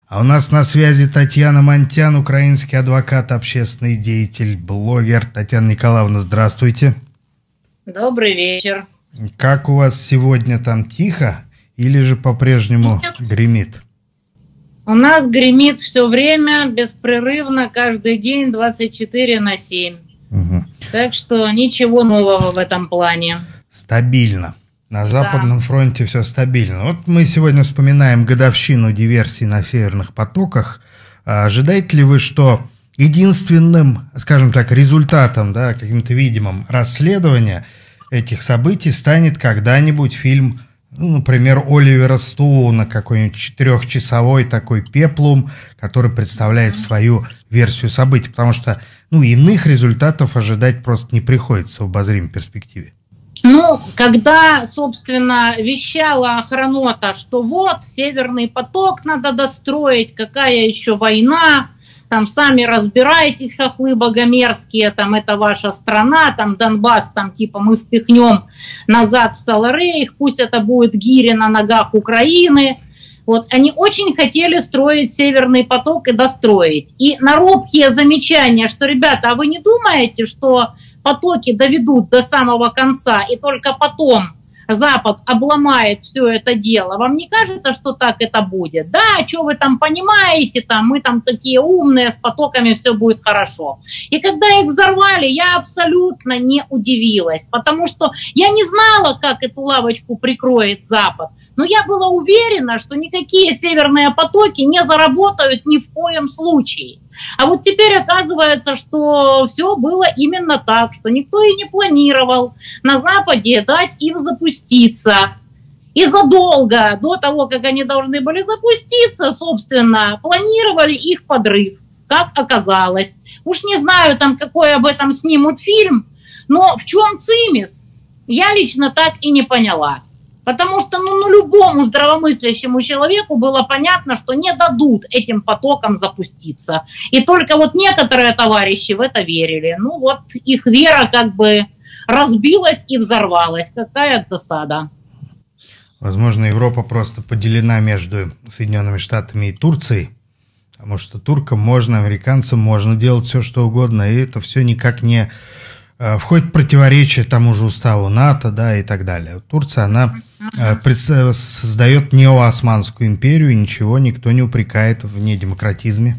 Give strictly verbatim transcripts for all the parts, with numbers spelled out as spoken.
А у нас на связи Татьяна Монтян, украинский адвокат, общественный деятель, блогер. Татьяна Николаевна, здравствуйте. Добрый вечер. Как у вас сегодня там, тихо или же по-прежнему Нет. гремит? У нас гремит все время, беспрерывно, каждый день, двадцать четыре на семь. Угу. Так что ничего нового в этом плане. Стабильно. На Западном да. фронте все стабильно. Вот мы сегодня вспоминаем годовщину диверсий на Северных потоках. Ожидаете ли вы, что единственным, скажем так, результатом, да, каким-то видимым расследования этих событий станет когда-нибудь фильм, ну, например, Оливера Стоуна, какой-нибудь четырехчасовой такой «Пеплум», который представляет свою версию событий? Потому что, ну, иных результатов ожидать просто не приходится в обозримой перспективе. Ну, когда, собственно, вещала охранота, что вот, Северный поток надо достроить, какая еще война, там сами разбирайтесь, хохлы богомерзкие, там это ваша страна, там Донбасс, там типа мы впихнем назад в Саларейх, пусть это будет гири на ногах Украины. Вот, они очень хотели строить Северный поток и достроить. И на робкие замечания, что, ребята, а вы не думаете, что потоки доведут до самого конца, и только потом Запад обломает все это дело? Вам не кажется, что так это будет? Да, что вы там понимаете, там, мы там такие умные, с потоками все будет хорошо. И когда их взорвали, я абсолютно не удивилась, потому что я не знала, как эту лавочку прикроет Запад. Но я была уверена, что никакие северные потоки не заработают ни в коем случае. А вот теперь оказывается, что все было именно так, что никто и не планировал на Западе дать им запуститься. И задолго до того, как они должны были запуститься, собственно, планировали их подрыв, как оказалось. Уж не знаю, там какой об этом снимут фильм, но в чем цимис, я лично так и не поняла. Потому что ну, ну, любому здравомыслящему человеку было понятно, что не дадут этим потокам запуститься. И только вот некоторые товарищи в это верили. Ну вот их вера как бы разбилась и взорвалась. Какая досада. Возможно, Европа просто поделена между Соединенными Штатами и Турцией. Потому что туркам можно, американцам можно делать все, что угодно. И это все никак не входит в противоречие тому же уставу НАТО, да, и так далее. Турция, она uh-huh. создает неоосманскую империю, и ничего никто не упрекает в недемократизме.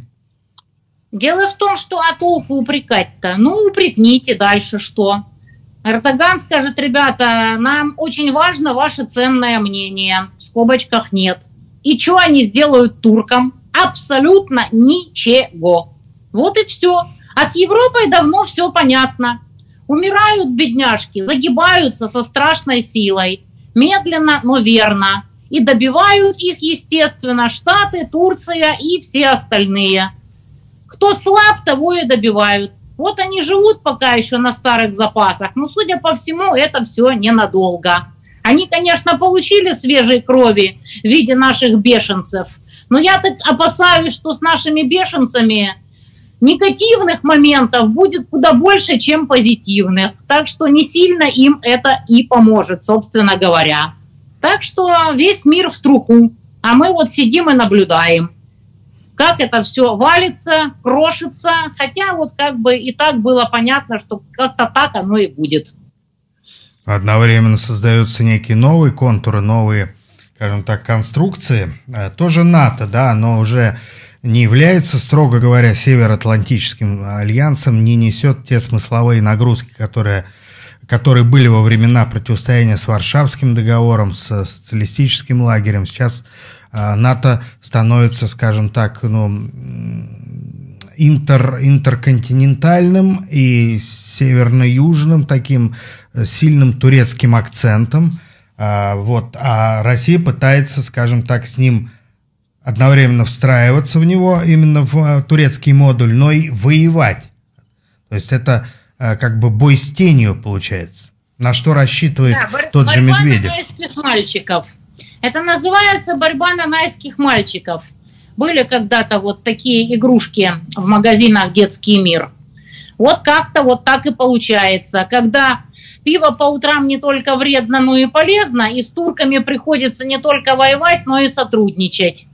Дело в том, что а толку упрекать-то? Ну, упрекните, дальше что? Эрдоган скажет: ребята, нам очень важно ваше ценное мнение, в скобочках нет. И что они сделают туркам? Абсолютно ничего. Вот и все. А с Европой давно все понятно. Умирают бедняжки, загибаются со страшной силой, медленно, но верно. И добивают их, естественно, Штаты, Турция и все остальные. Кто слаб, того и добивают. Вот они живут пока еще на старых запасах, но, судя по всему, это все ненадолго. Они, конечно, получили свежей крови в виде наших бешенцев, но я так опасаюсь, что с нашими бешенцами негативных моментов будет куда больше, чем позитивных. Так что не сильно им это и поможет, собственно говоря. Так что весь мир в труху, а мы вот сидим и наблюдаем, как это все валится, крошится. Хотя вот как бы и так было понятно, что как-то так оно и будет. Одновременно создаются некие новые контуры, новые, скажем так, конструкции. Тоже НАТО, да, но уже не является, строго говоря, Североатлантическим альянсом, не несет те смысловые нагрузки, которые, которые были во времена противостояния с Варшавским договором, с социалистическим лагерем. Сейчас э, НАТО становится, скажем так, ну, интер, интерконтинентальным и северно-южным, таким сильным турецким акцентом. Э, вот, а Россия пытается, скажем так, с ним одновременно встраиваться в него, именно в турецкий модуль, но и воевать. То есть это э, как бы бой с тенью получается. На что рассчитывает да, бор- тот же Медведев. Борьба нанайских мальчиков. Это называется борьба нанайских мальчиков. Были когда-то вот такие игрушки в магазинах «Детский мир». Вот как-то вот так и получается. Когда пиво по утрам не только вредно, но и полезно, и с турками приходится не только воевать, но и сотрудничать.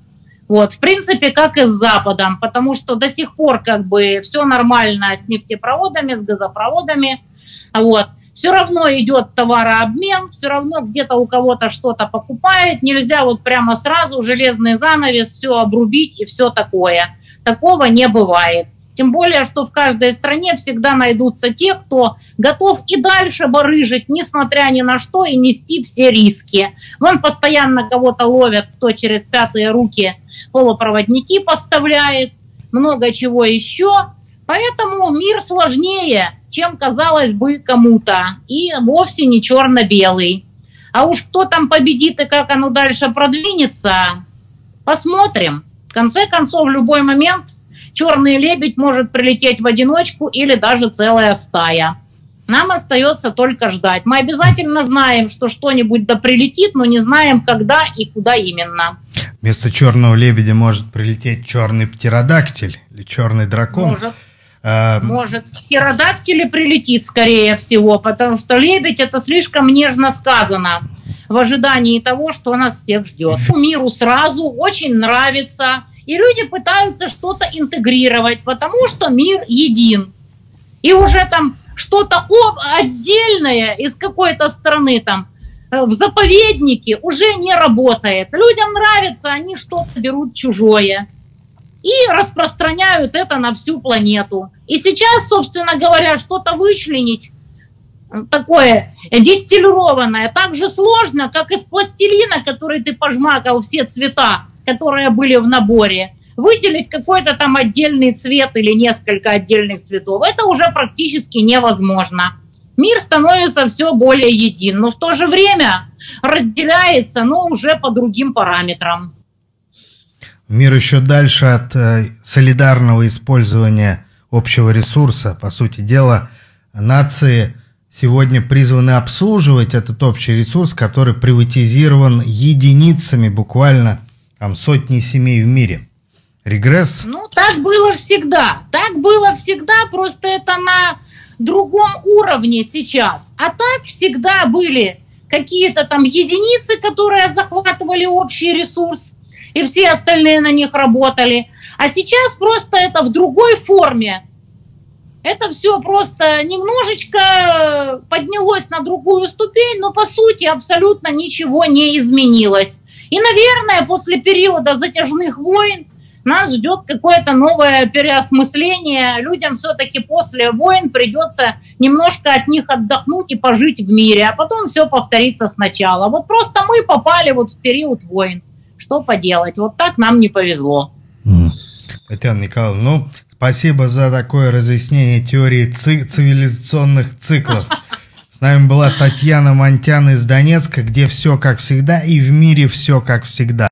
Вот, в принципе, как и с Западом, потому что до сих пор как бы все нормально с нефтепроводами, с газопроводами, вот. Все равно идет товарообмен, все равно где-то у кого-то что-то покупает, нельзя вот прямо сразу железный занавес, все обрубить и все такое. Такого не бывает. Тем более, что в каждой стране всегда найдутся те, кто готов и дальше барыжить, несмотря ни на что, и нести все риски. Вон постоянно кого-то ловят, кто через пятые руки полупроводники поставляет, много чего еще. Поэтому мир сложнее, чем казалось бы кому-то, и вовсе не черно-белый. А уж кто там победит и как оно дальше продвинется, посмотрим. В конце концов, в любой момент черный лебедь может прилететь в одиночку или даже целая стая. Нам остается только ждать. Мы обязательно знаем, что что-нибудь да прилетит, но не знаем, когда и куда именно. Вместо черного лебедя может прилететь черный птеродактиль или черный дракон. Может. А... Может. Птеродактиль прилетит, скорее всего, потому что лебедь — это слишком нежно сказано в ожидании того, что нас всех ждет. Миру сразу очень нравится. И люди пытаются что-то интегрировать, потому что мир един. И уже там что-то отдельное из какой-то страны там в заповеднике уже не работает. Людям нравится, они что-то берут чужое и распространяют это на всю планету. И сейчас, собственно говоря, что-то вычленить такое дистиллированное так же сложно, как из пластилина, который ты пожмакал все цвета, которые были в наборе, выделить какой-то там отдельный цвет или несколько отдельных цветов, это уже практически невозможно. Мир становится все более един, но в то же время разделяется, но уже по другим параметрам. Мир еще дальше от э, солидарного использования общего ресурса. По сути дела, нации сегодня призваны обслуживать этот общий ресурс, который приватизирован единицами буквально там сотни семей в мире. Регресс? Ну, так было всегда. Так было всегда, просто это на другом уровне сейчас. А так всегда были какие-то там единицы, которые захватывали общий ресурс, и все остальные на них работали. А сейчас просто это в другой форме. Это все просто немножечко поднялось на другую ступень, но по сути абсолютно ничего не изменилось. И, наверное, после периода затяжных войн нас ждет какое-то новое переосмысление. Людям все-таки после войн придется немножко от них отдохнуть и пожить в мире, а потом все повторится сначала. Вот просто мы попали вот в период войн. Что поделать? Вот так нам не повезло. Татьяна Николаевна, ну, спасибо за такое разъяснение теории ци- цивилизационных циклов. С нами была Татьяна Монтян из Донецка, где все как всегда и в мире все как всегда.